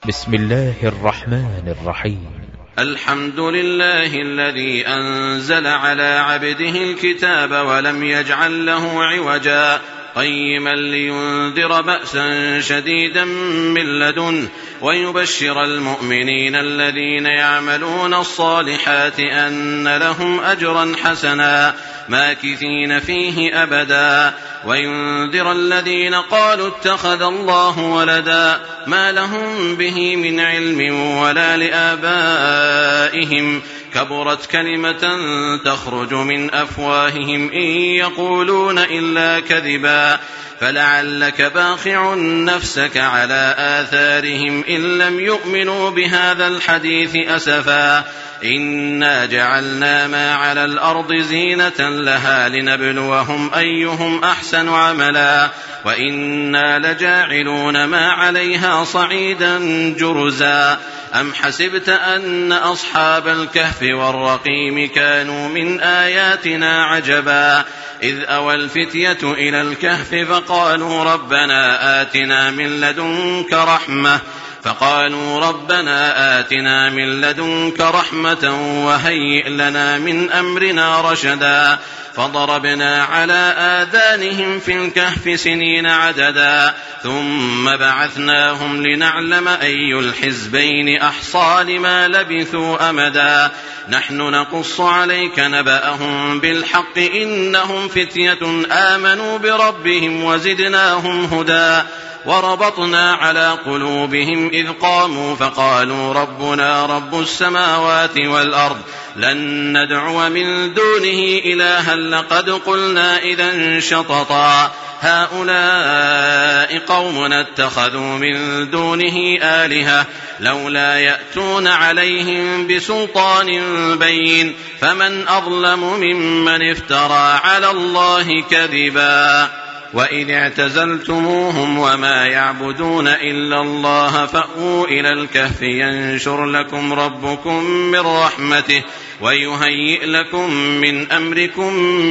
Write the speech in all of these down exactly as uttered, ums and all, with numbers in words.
بسم الله الرحمن الرحيم. الحمد لله الذي أنزل على عبده الكتاب ولم يجعل له عوجا قيما لينذر بأسا شديدا من لدنه ويبشر المؤمنين الذين يعملون الصالحات أن لهم أجرا حسنا ماكثين فيه أبدا وينذر الذين قالوا اتخذ الله ولدا ما لهم به من علم ولا لآبائهم كبرت كلمة تخرج من أفواههم إن يقولون إلا كذبا فلعلك باخع نفسك على آثارهم إن لم يؤمنوا بهذا الحديث أسفا إنا جعلنا ما على الأرض زينة لها لنبلوهم أيهم أحسن عملا وإنا لجاعلون ما عليها صعيدا جرزا أم حسبت أن أصحاب الكهف والرقيم كانوا من آياتنا عجبا إذ أوى الفتية إلى الكهف فقالوا ربنا آتنا من لدنك رحمة فقالوا ربنا آتنا من لدنك رحمة وهيئ لنا من أمرنا رشدا فضربنا على آذانهم في الكهف سنين عددا ثم بعثناهم لنعلم أي الحزبين أحصى لما لبثوا أمدا نحن نقص عليك نبأهم بالحق إنهم فتية آمنوا بربهم وزدناهم هدى وربطنا على قلوبهم إذ قاموا فقالوا ربنا رب السماوات والأرض لن ندعو من دونه إلها لقد قلنا إذا شططا هؤلاء قومنا اتخذوا من دونه آلهة لولا يأتون عليهم بسلطان بين فمن أظلم ممن افترى على الله كذبا وإذ اعتزلتموهم وما يعبدون إلا الله فأووا إلى الكهف ينشر لكم ربكم من رحمته ويهيئ لكم من أمركم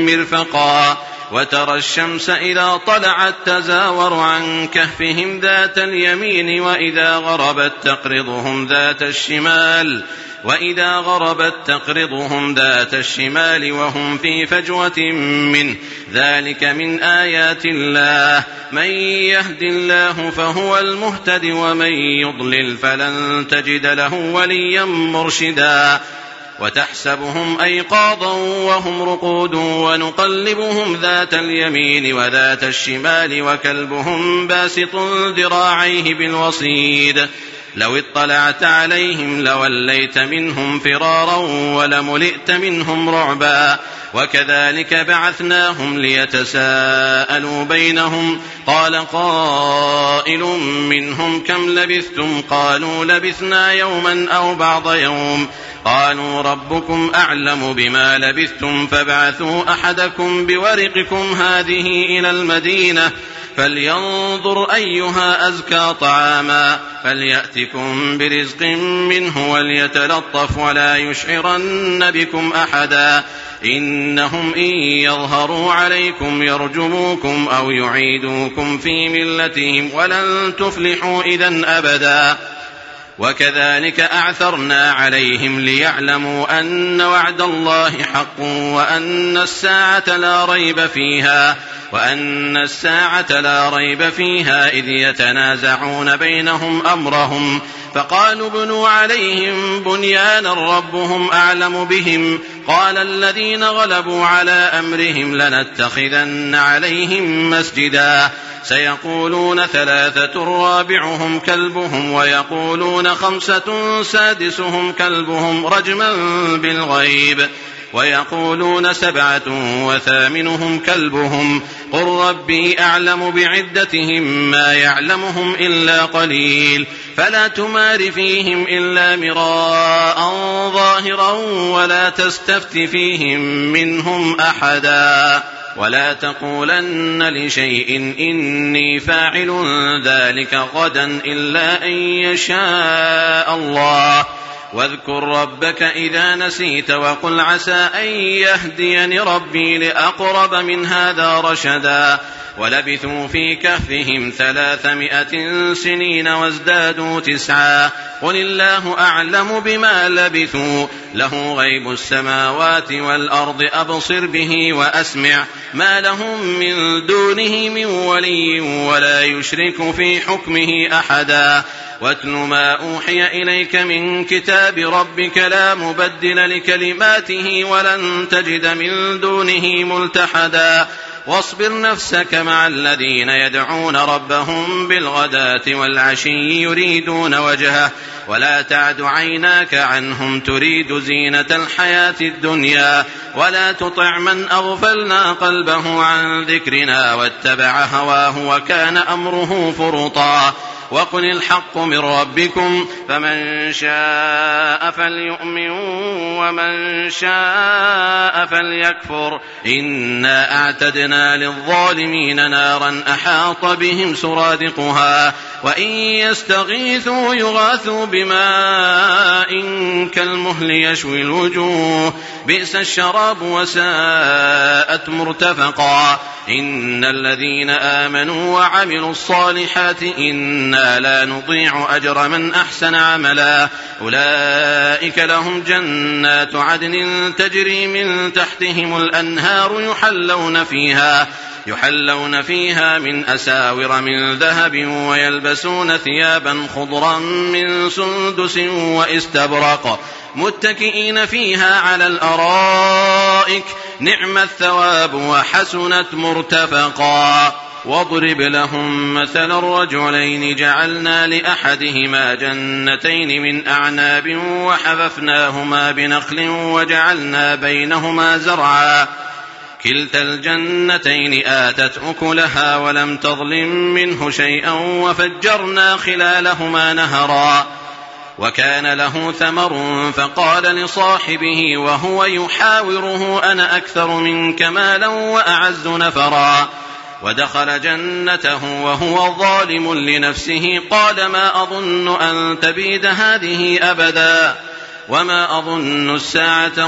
مرفقا وترى الشمس إذا طلعت تزاور عن كهفهم ذات اليمين وإذا غربت تقرضهم ذات الشمال وإذا غربت تقرضهم ذات الشمال وهم في فجوة منه ذلك من آيات الله من يهد الله فهو المهتد ومن يضلل فلن تجد له وليا مرشدا وتحسبهم أيقاظا وهم رقود ونقلبهم ذات اليمين وذات الشمال وكلبهم باسط ذراعيه بالوصيد لو اطلعت عليهم لوليت منهم فرارا ولملئت منهم رعبا وكذلك بعثناهم ليتساءلوا بينهم قال قائل منهم كم لبثتم قالوا لبثنا يوما أو بعض يوم قالوا ربكم أعلم بما لبثتم فابعثوا أحدكم بورقكم هذه إلى المدينة فلينظر أيها أزكى طعاما فليأتكم برزق منه وليتلطف ولا يشعرن بكم أحدا إنهم إن يظهروا عليكم يرجموكم أو يعيدوكم في ملتهم ولن تفلحوا إذن أبدا وكذلك أعثرنا عليهم ليعلموا أن وعد الله حق وأن الساعة لا ريب فيها وأن الساعة لا ريب فيها إذ يتنازعون بينهم أمرهم فقالوا ابنوا عليهم بنيانا ربهم أعلم بهم قال الذين غلبوا على أمرهم لنتخذن عليهم مسجدا سيقولون ثلاثة رابعهم كلبهم ويقولون خمسة سادسهم كلبهم رجما بالغيب ويقولون سبعة وثامنهم كلبهم قل ربي أعلم بعدتهم ما يعلمهم إلا قليل فلا تمار فيهم إلا مراء ظاهرا ولا تستفت فيهم منهم أحدا ولا تقولن لشيء إني فاعل ذلك غدا إلا أن يشاء الله واذكر ربك إذا نسيت وقل عسى أن يهديني ربي لأقرب من هذا رشدا ولبثوا في كهفهم ثلاثمائة سنين وازدادوا تسعا قل الله أعلم بما لبثوا له غيب السماوات والأرض أبصر به وأسمع ما لهم من دونه من ولي ولا يشرك في حكمه أحدا واتل ما أوحي إليك من كتاب ربك لا مبدل لكلماته ولن تجد من دونه ملتحدا واصبر نفسك مع الذين يدعون ربهم بالغداة والعشي يريدون وجهه ولا تعد عيناك عنهم تريد زينة الحياة الدنيا ولا تطع من أغفلنا قلبه عن ذكرنا واتبع هواه وكان أمره فرطا وقل الحق من ربكم فمن شاء فليؤمن ومن شاء فليكفر إنا أعتدنا للظالمين نارا أحاط بهم سرادقها وإن يستغيثوا يغاثوا بماء كالمهل يشوي الوجوه بئس الشراب وساءت مرتفقا إن الذين آمنوا وعملوا الصالحات إنا لا نضيع أجر من أحسن عملا أولئك لهم جنات عدن تجري من تحتهم الأنهار يحلون فيها يحلون فيها من أساور من ذهب ويلبسون ثيابا خضرا من سندس واستبرق متكئين فيها على الأرائك نعم الثواب وحسنت مرتفقا واضرب لهم مثل الرجلين جعلنا لأحدهما جنتين من أعناب وحففناهما بنخل وجعلنا بينهما زرعا كلتا الجنتين آتت أكلها ولم تظلم منه شيئا وفجرنا خلالهما نهرا وكان له ثمر فقال لصاحبه وهو يحاوره أنا أكثر منك مالا وأعز نفرا ودخل جنته وهو ظالم لنفسه قال ما أظن أن تبيد هذه أبدا وما أظن الساعة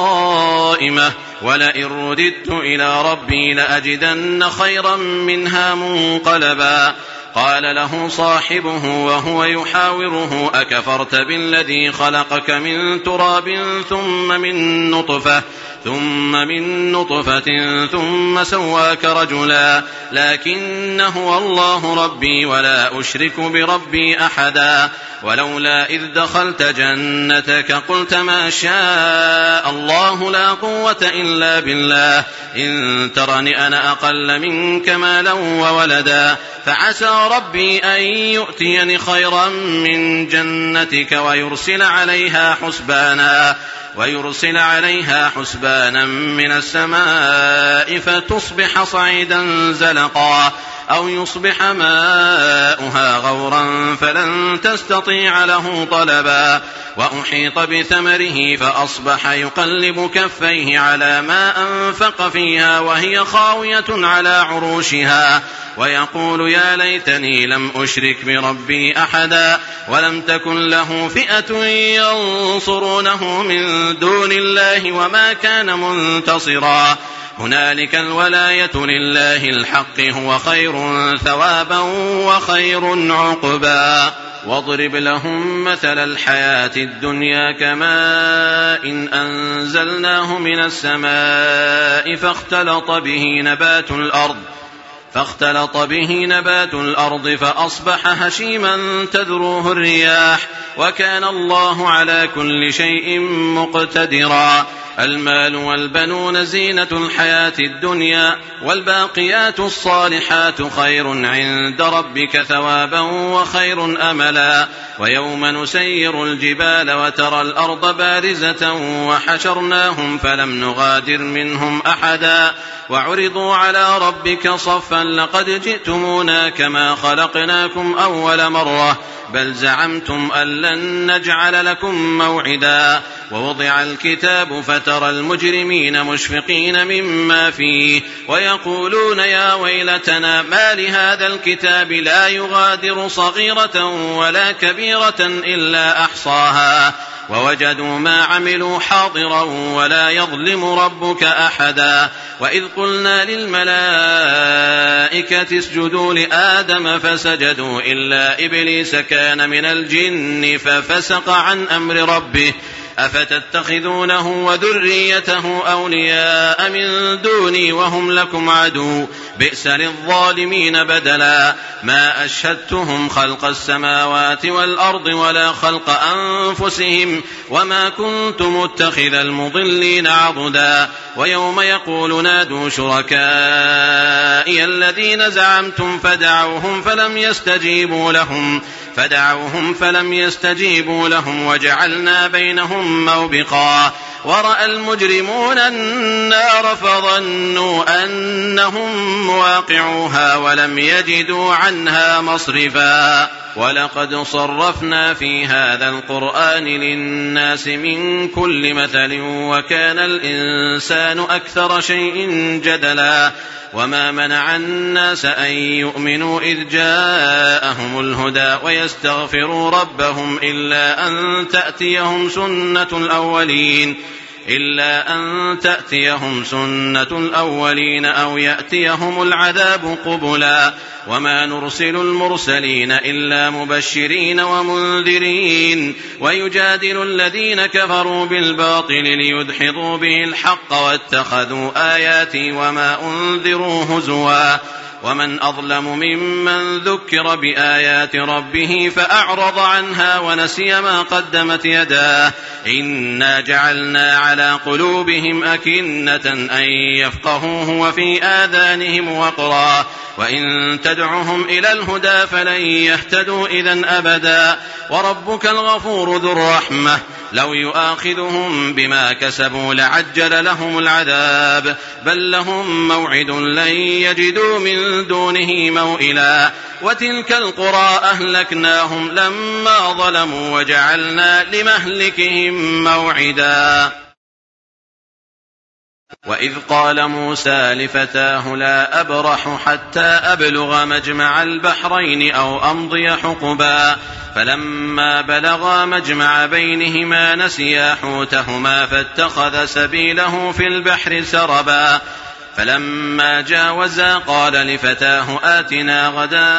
قائمة ولئن رددت إلى ربي لأجدن خيرا منها منقلبا قال له صاحبه وهو يحاوره أكفرت بالذي خلقك من تراب ثم من نطفة ثم من نطفة ثم سواك رجلا لكن هو الله ربي ولا أشرك بربي أحدا ولولا إذ دخلت جنتك قلت ما شاء الله لا قوة إلا بالله إن ترني أنا أقل منك مالا وولدا فعسى ربي أن يؤتيني خيرا من جنتك ويرسل عليها حسبانا ويرسل عليها حسبانا من السماء فتصبح صعيدا زلقا أو يصبح ماؤها غورا فلن تستطيع له طلبا وأحيط بثمره فأصبح يقلب كفيه على ما أنفق فيها وهي خاوية على عروشها ويقول يا ليتني لم أشرك بربي أحدا ولم تكن له فئة ينصرونه من دون الله وما كان منتصرا هنالك الولاية لله الحق هو خير ثوابا وخير عقبا واضرب لهم مثل الحياة الدنيا كماء إن أنزلناه من السماء فاختلط به نبات الأرض فاختلط به نبات الأرض فأصبح هشيما تذروه الرياح وكان الله على كل شيء مقتدرا المال والبنون زينة الحياة الدنيا والباقيات الصالحات خير عند ربك ثوابا وخير أملا ويوم نسير الجبال وترى الأرض بارزة وحشرناهم فلم نغادر منهم أحدا وعرضوا على ربك صفا لقد جئتمونا كما خلقناكم أول مرة بل زعمتم أن لن نجعل لكم موعدا ووضع الكتاب فترى المجرمين مشفقين مما فيه ويقولون يا ويلتنا ما لهذا الكتاب لا يغادر صغيرة ولا كبيرة إلا أحصاها ووجدوا ما عملوا حاضرا ولا يظلم ربك أحدا. وإذ قلنا للملائكة اسجدوا لآدم فسجدوا إلا إبليس كان من الجن ففسق عن أمر ربه أفتتخذونه وذريته أولياء من دوني وهم لكم عدو بئس للظالمين بدلا. ما أشهدتهم خلق السماوات والأرض ولا خلق أنفسهم وما كنت متخذ المضلين عضدا. ويوم يقول نادوا شركائي الذين زعمتم فدعوهم فلم يستجيبوا لهم فدعوهم فلم يستجيبوا لهم وجعلنا بينهم موبقا. ورأى المجرمون النار فظنوا أنهم مواقعوها ولم يجدوا عنها مصرفا. ولقد صرفنا في هذا القرآن للناس من كل مثل وكان الإنسان أكثر شيء جدلا. وما منع الناس أن يؤمنوا إذ جاءهم الهدى ويستغفروا ربهم إلا أن تأتيهم سنة الأولين إلا أن تأتيهم سنة الأولين أو يأتيهم العذاب قبلا. وما نرسل المرسلين إلا مبشرين ومنذرين ويجادل الذين كفروا بالباطل ليدحضوا به الحق واتخذوا آياتي وما أنذروا هزوا. ومن أظلم ممن ذكر بآيات ربه فأعرض عنها ونسي ما قدمت يداه إنا جعلنا على قلوبهم أكنة أن يفقهوه وفي آذانهم وقرا وإن تدعهم إلى الهدى فلن يهتدوا إذن أبدا. وربك الغفور ذو الرحمة لو يؤاخذهم بما كسبوا لعجل لهم العذاب بل لهم موعد لن يجدوا من دونه موئلا. وتلك القرى أهلكناهم لما ظلموا وجعلنا لمهلكهم موعدا. وإذ قال موسى لفتاه لا أبرح حتى أبلغ مجمع البحرين أو أمضي حقبا فلما بلغا مجمع بينهما نسيا حوتهما فاتخذ سبيله في البحر سربا. فلما جاوزا قال لفتاه آتنا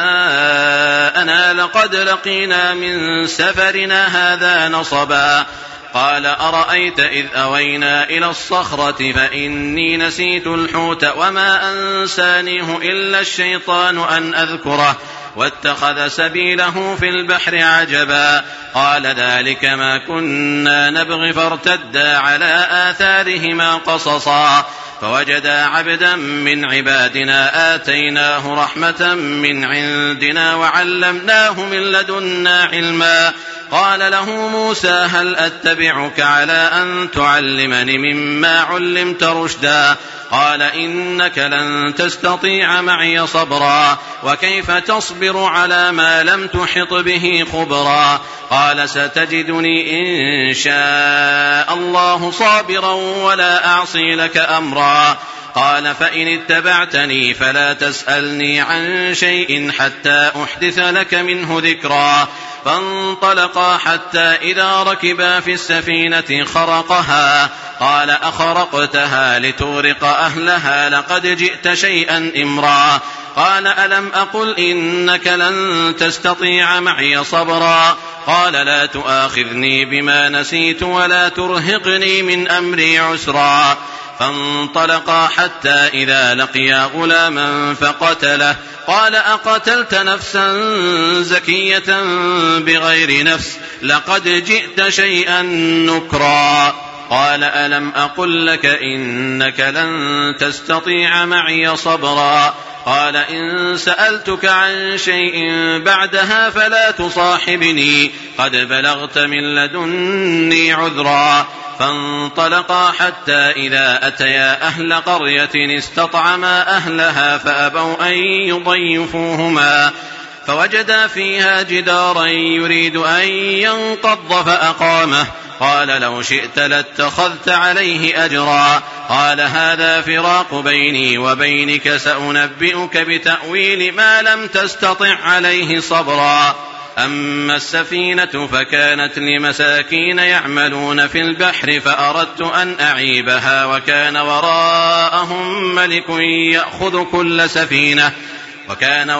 غداءنا لقد لقينا من سفرنا هذا نصبا. قال أرأيت إذ أوينا إلى الصخرة فإني نسيت الحوت وما أنسانيه إلا الشيطان أن أذكره واتخذ سبيله في البحر عجبا. قال ذلك ما كنا نبغي فارتدا على آثارهما قصصا فوجدا عبدا من عبادنا آتيناه رحمة من عندنا وعلمناه من لدنا علما. قال له موسى هل أتبعك على أن تعلمني مما علمت رشدا. قال إنك لن تستطيع معي صبرا وكيف تصبر على ما لم تحط به خبرا. قال ستجدني إن شاء الله صابرا ولا أعصي لك أمرا. قال فإن اتبعتني فلا تسألني عن شيء حتى أحدث لك منه ذكرا. فانطلقا حتى إذا ركبا في السفينة خرقها قال أخرقتها لتغرق أهلها لقد جئت شيئا إمرا. قال ألم أقل إنك لن تستطيع معي صبرا. قال لا تؤاخذني بما نسيت ولا ترهقني من أمري عسرا. فانطلقا حتى إذا لقيا غلاما فقتله قال أقتلت نفسا زكية بغير نفس لقد جئت شيئا نكرا. قال ألم أقل لك إنك لن تستطيع معي صبرا. قال إن سألتك عن شيء بعدها فلا تصاحبني قد بلغت من لدني عذرا. فانطلقا حتى إذا أتيا أهل قرية استطعما أهلها فأبوا أن يضيفوهما فوجدا فيها جدارا يريد أن ينقض فأقامه. قال لو شئت لاتخذت عليه أجرا. قال هذا فراق بيني وبينك سأنبئك بتأويل ما لم تستطع عليه صبرا. أما السفينة فكانت لمساكين يعملون في البحر فأردت أن أعيبها وكان وراءهم ملك يأخذ كل سفينة وكان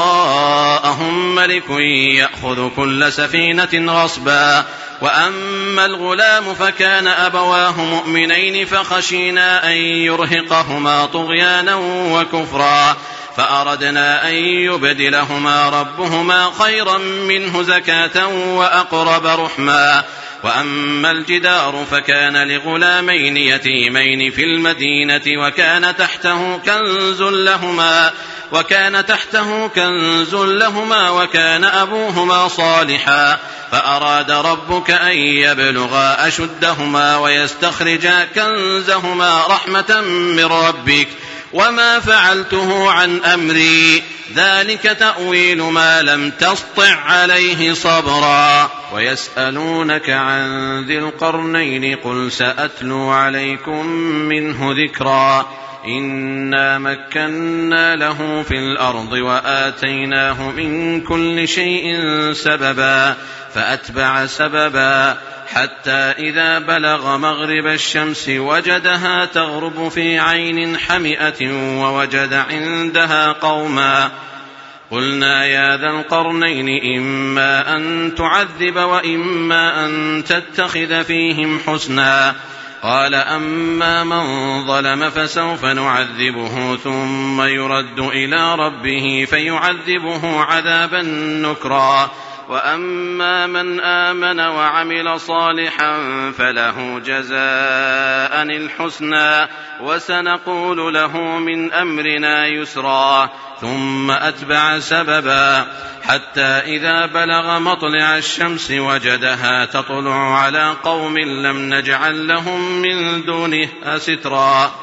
وراءهم ملك يأخذ كل سفينة غصبا. وأما الغلام فكان أبواه مؤمنين فخشينا أن يرهقهما طغيانا وكفرا فأردنا أن يبدلهما ربهما خيرا منه زكاة وأقرب رحما. وأما الجدار فكان لغلامين يتيمين في المدينة وكان تحته كنز لهما وكان تحته كنز لهما وكان أبوهما صالحا فأراد ربك أن يبلغا أشدهما ويستخرجا كنزهما رحمة من ربك وما فعلته عن أمري ذلك تأويل ما لم تسطع عليه صبرا. ويسألونك عن ذي القرنين قل سأتلو عليكم منه ذكرا إنا مكنا له في الأرض وآتيناه من كل شيء سببا فأتبع سببا حتى إذا بلغ مغرب الشمس وجدها تغرب في عين حمئة ووجد عندها قوما قلنا يا ذا القرنين إما أن تعذب وإما أن تتخذ فيهم حسنا قال أما من ظلم فسوف نعذبه ثم يرد إلى ربه فيعذبه عذابا نكرا وأما من آمن وعمل صالحا فله جزاء الحسنى وسنقول له من أمرنا يسرا ثم أتبع سببا حتى إذا بلغ مطلع الشمس وجدها تطلع على قوم لم نجعل لهم من دونها سترا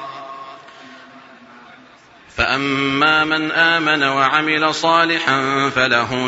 فأما من آمن وعمل صالحا فله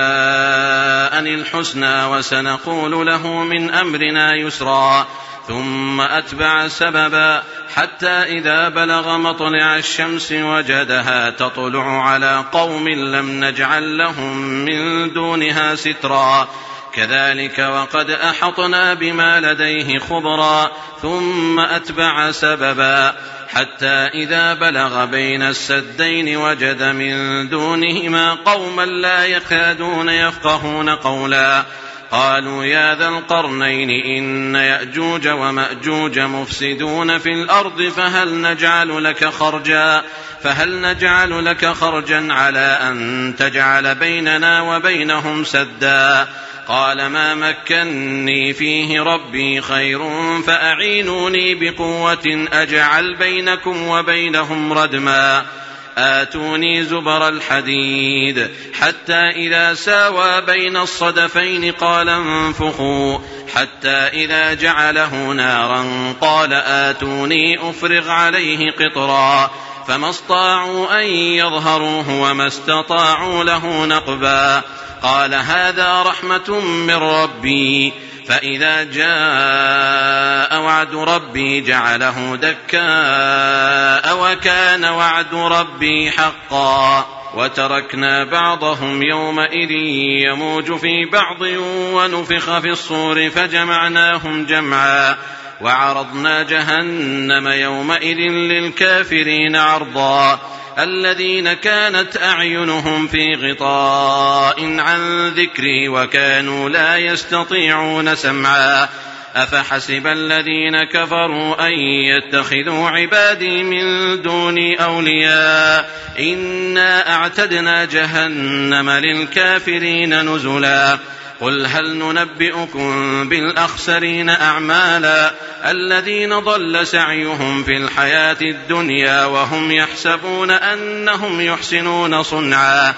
جزاء الحسنى وسنقول له من أمرنا يسرا ثم أتبع سببا حتى إذا بلغ مطلع الشمس وجدها تطلع على قوم لم نجعل لهم من دونها سترا كذلك وقد أحطنا بما لديه خبرا ثم أتبع سببا حتى إذا بلغ بين السدين وجد من دونهما قوما لا يكادون يفقهون قولا قالوا يا ذا القرنين إن يأجوج ومأجوج مفسدون في الأرض فهل نجعل لك خرجا فهل نجعل لك خرجا على أن تجعل بيننا وبينهم سدا قال ما مكني فيه ربي خير فأعينوني بقوة أجعل بينكم وبينهم ردما آتوني زبر الحديد حتى إذا ساوى بين الصدفين قال انفخوا حتى إذا جعله نارا قال آتوني أفرغ عليه قطرا فما استطاعوا أن يظهروه وما استطاعوا له نقبا قال هذا رحمة من ربي فإذا جاء وعد ربي جعله دكاء وكان وعد ربي حقا وتركنا بعضهم يومئذ يموج في بعض ونفخ في الصور فجمعناهم جمعا وعرضنا جهنم يومئذ للكافرين عرضا الذين كانت أعينهم في غطاء عن ذكري وكانوا لا يستطيعون سمعا أفحسب الذين كفروا أن يتخذوا عبادي من دوني أولياء إنا أعتدنا جهنم للكافرين نزلا قل هل ننبئكم بالأخسرين أعمالا الذين ضل سعيهم في الحياة الدنيا وهم يحسبون أنهم يحسنون صنعا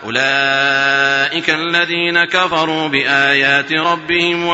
أولئك الذين كفروا بآيات ربهم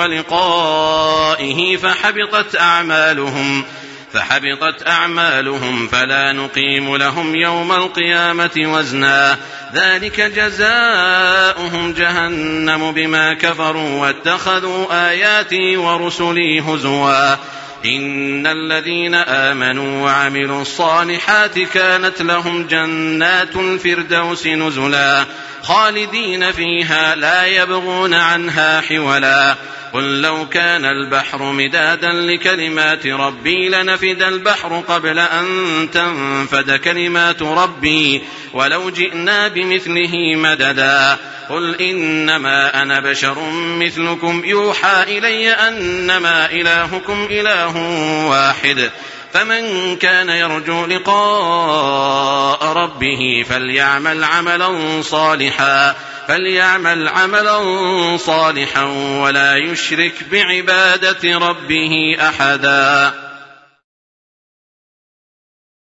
ولقائه فحبطت أعمالهم فحبطت أعمالهم فلا نقيم لهم يوم القيامة وزنا ذلك جزاؤهم جهنم بما كفروا واتخذوا آياتي ورسلي هزوا إن الذين آمنوا وعملوا الصالحات كانت لهم جنات الفردوس نزلا خالدين فيها لا يبغون عنها حولا قل لو كان البحر مدادا لكلمات ربي لنفد البحر قبل أن تنفد كلمات ربي ولو جئنا بمثله مددا قل إنما أنا بشر مثلكم يوحى إلي أنما إلهكم إله واحد فمن كان يرجو لقاء ربه فليعمل عملا صالحا فليعمل عملا صالحا ولا يشرك بعبادة ربه أحدا.